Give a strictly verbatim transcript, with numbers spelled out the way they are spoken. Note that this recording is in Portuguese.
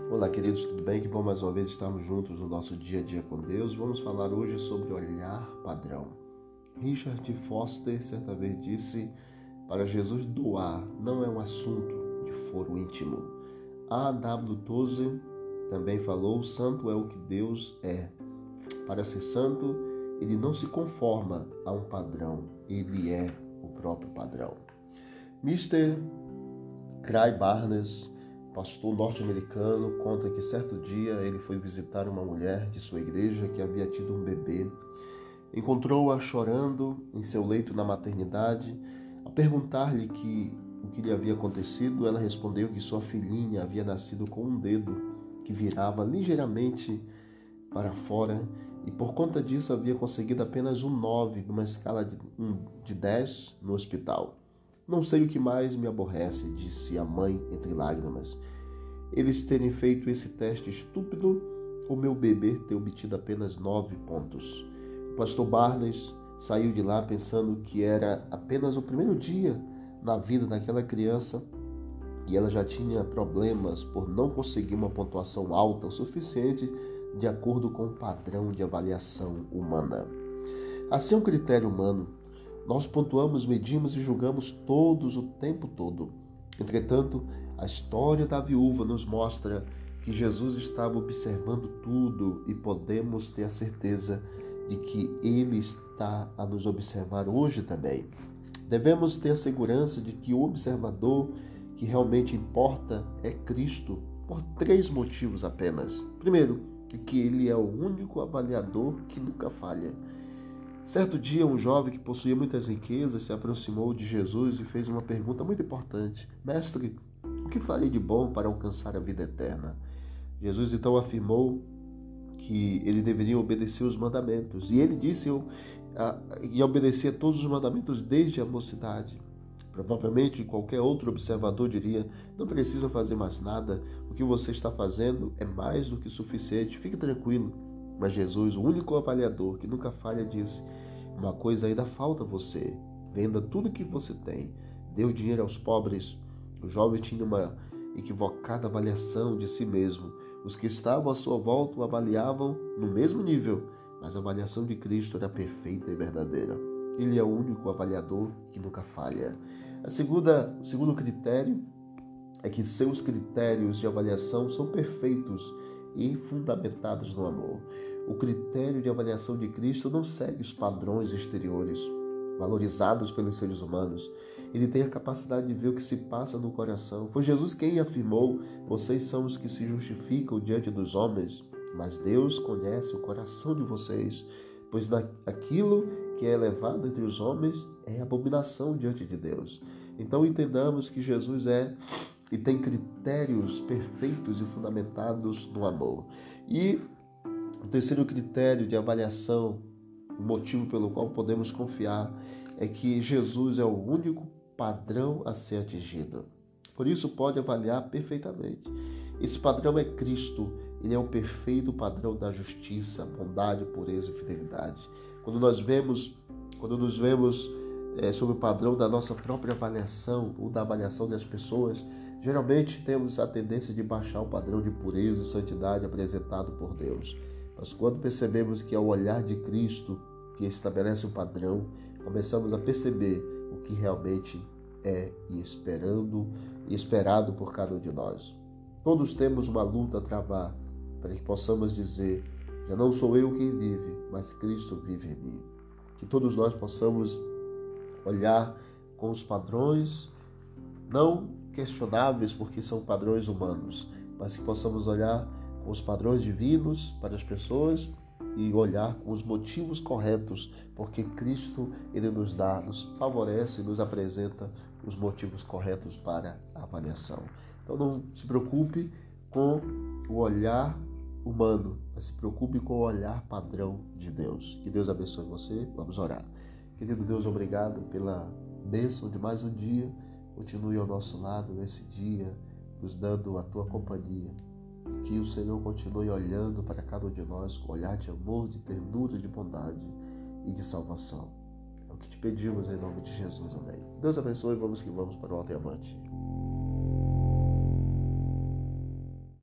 Olá, queridos, tudo bem? Que bom mais uma vez estarmos juntos no nosso dia a dia com Deus. Vamos falar hoje sobre olhar padrão. Richard Foster certa vez disse: para Jesus doar não é um assunto de foro íntimo. A W Tozer também falou: santo é o que Deus é. Para ser santo, ele não se conforma a um padrão, ele é o próprio padrão. mister Cray Barnes, pastor norte-americano, conta que certo dia ele foi visitar uma mulher de sua igreja que havia tido um bebê. Encontrou-a chorando em seu leito na maternidade. Ao perguntar-lhe que, o que lhe havia acontecido, ela respondeu que sua filhinha havia nascido com um dedo que virava ligeiramente para fora e por conta disso havia conseguido apenas um nove numa escala de, um, de dez no hospital. Não sei o que mais me aborrece, disse a mãe entre lágrimas. Eles terem feito esse teste estúpido ou meu bebê ter obtido apenas nove pontos. O pastor Barnes saiu de lá pensando que era apenas o primeiro dia na vida daquela criança e ela já tinha problemas por não conseguir uma pontuação alta o suficiente de acordo com o padrão de avaliação humana. Assim é um critério humano. Nós pontuamos, medimos e julgamos todos o tempo todo. Entretanto, a história da viúva nos mostra que Jesus estava observando tudo e podemos ter a certeza de que Ele está a nos observar hoje também. Devemos ter a segurança de que o observador que realmente importa é Cristo, por três motivos apenas. Primeiro, que Ele é o único avaliador que nunca falha. Certo dia, um jovem que possuía muitas riquezas se aproximou de Jesus e fez uma pergunta muito importante. Mestre, o que farei de bom para alcançar a vida eterna? Jesus então afirmou que ele deveria obedecer os mandamentos. E ele disse que obedecia todos os mandamentos desde a mocidade. Provavelmente qualquer outro observador diria: não precisa fazer mais nada, o que você está fazendo é mais do que suficiente, fique tranquilo. Mas Jesus, o único avaliador que nunca falha, disse: uma coisa ainda falta a você. Venda tudo que você tem. Dê o dinheiro aos pobres. O jovem tinha uma equivocada avaliação de si mesmo. Os que estavam à sua volta o avaliavam no mesmo nível, mas a avaliação de Cristo era perfeita e verdadeira. Ele é o único avaliador que nunca falha. A segunda, o segundo critério é que seus critérios de avaliação são perfeitos e fundamentados no amor. O critério de avaliação de Cristo não segue os padrões exteriores valorizados pelos seres humanos. Ele tem a capacidade de ver o que se passa no coração. Foi Jesus quem afirmou: vocês são os que se justificam diante dos homens, mas Deus conhece o coração de vocês, pois aquilo que é elevado entre os homens é abominação diante de Deus. Então entendamos que Jesus é e tem critérios perfeitos e fundamentados no amor. E o terceiro critério de avaliação, o motivo pelo qual podemos confiar, é que Jesus é o único padrão a ser atingido. Por isso pode avaliar perfeitamente. Esse padrão é Cristo. Ele é o perfeito padrão da justiça, bondade, pureza e fidelidade. Quando nós vemos, quando nos vemos é, sob o padrão da nossa própria avaliação ou da avaliação das pessoas, geralmente temos a tendência de baixar o padrão de pureza e santidade apresentado por Deus. Mas quando percebemos que é o olhar de Cristo que estabelece o padrão, começamos a perceber o que realmente é e esperando e esperado por cada um de nós. Todos temos uma luta a travar para que possamos dizer: já não sou eu quem vive, mas Cristo vive em mim. Que todos nós possamos olhar com os padrões não questionáveis, porque são padrões humanos, mas que possamos olhar com os padrões divinos para as pessoas e olhar com os motivos corretos, porque Cristo, Ele nos dá, nos favorece e nos apresenta os motivos corretos para a avaliação. Então não se preocupe com o olhar humano, mas se preocupe com o olhar padrão de Deus. Que Deus abençoe você. Vamos orar. Querido Deus, obrigado pela bênção de mais um dia. Continue ao nosso lado nesse dia, nos dando a Tua companhia. Que o Senhor continue olhando para cada um de nós com olhar de amor, de ternura, de bondade e de salvação. É o que te pedimos em nome de Jesus. Amém. Deus abençoe e vamos que vamos para o alto e avante.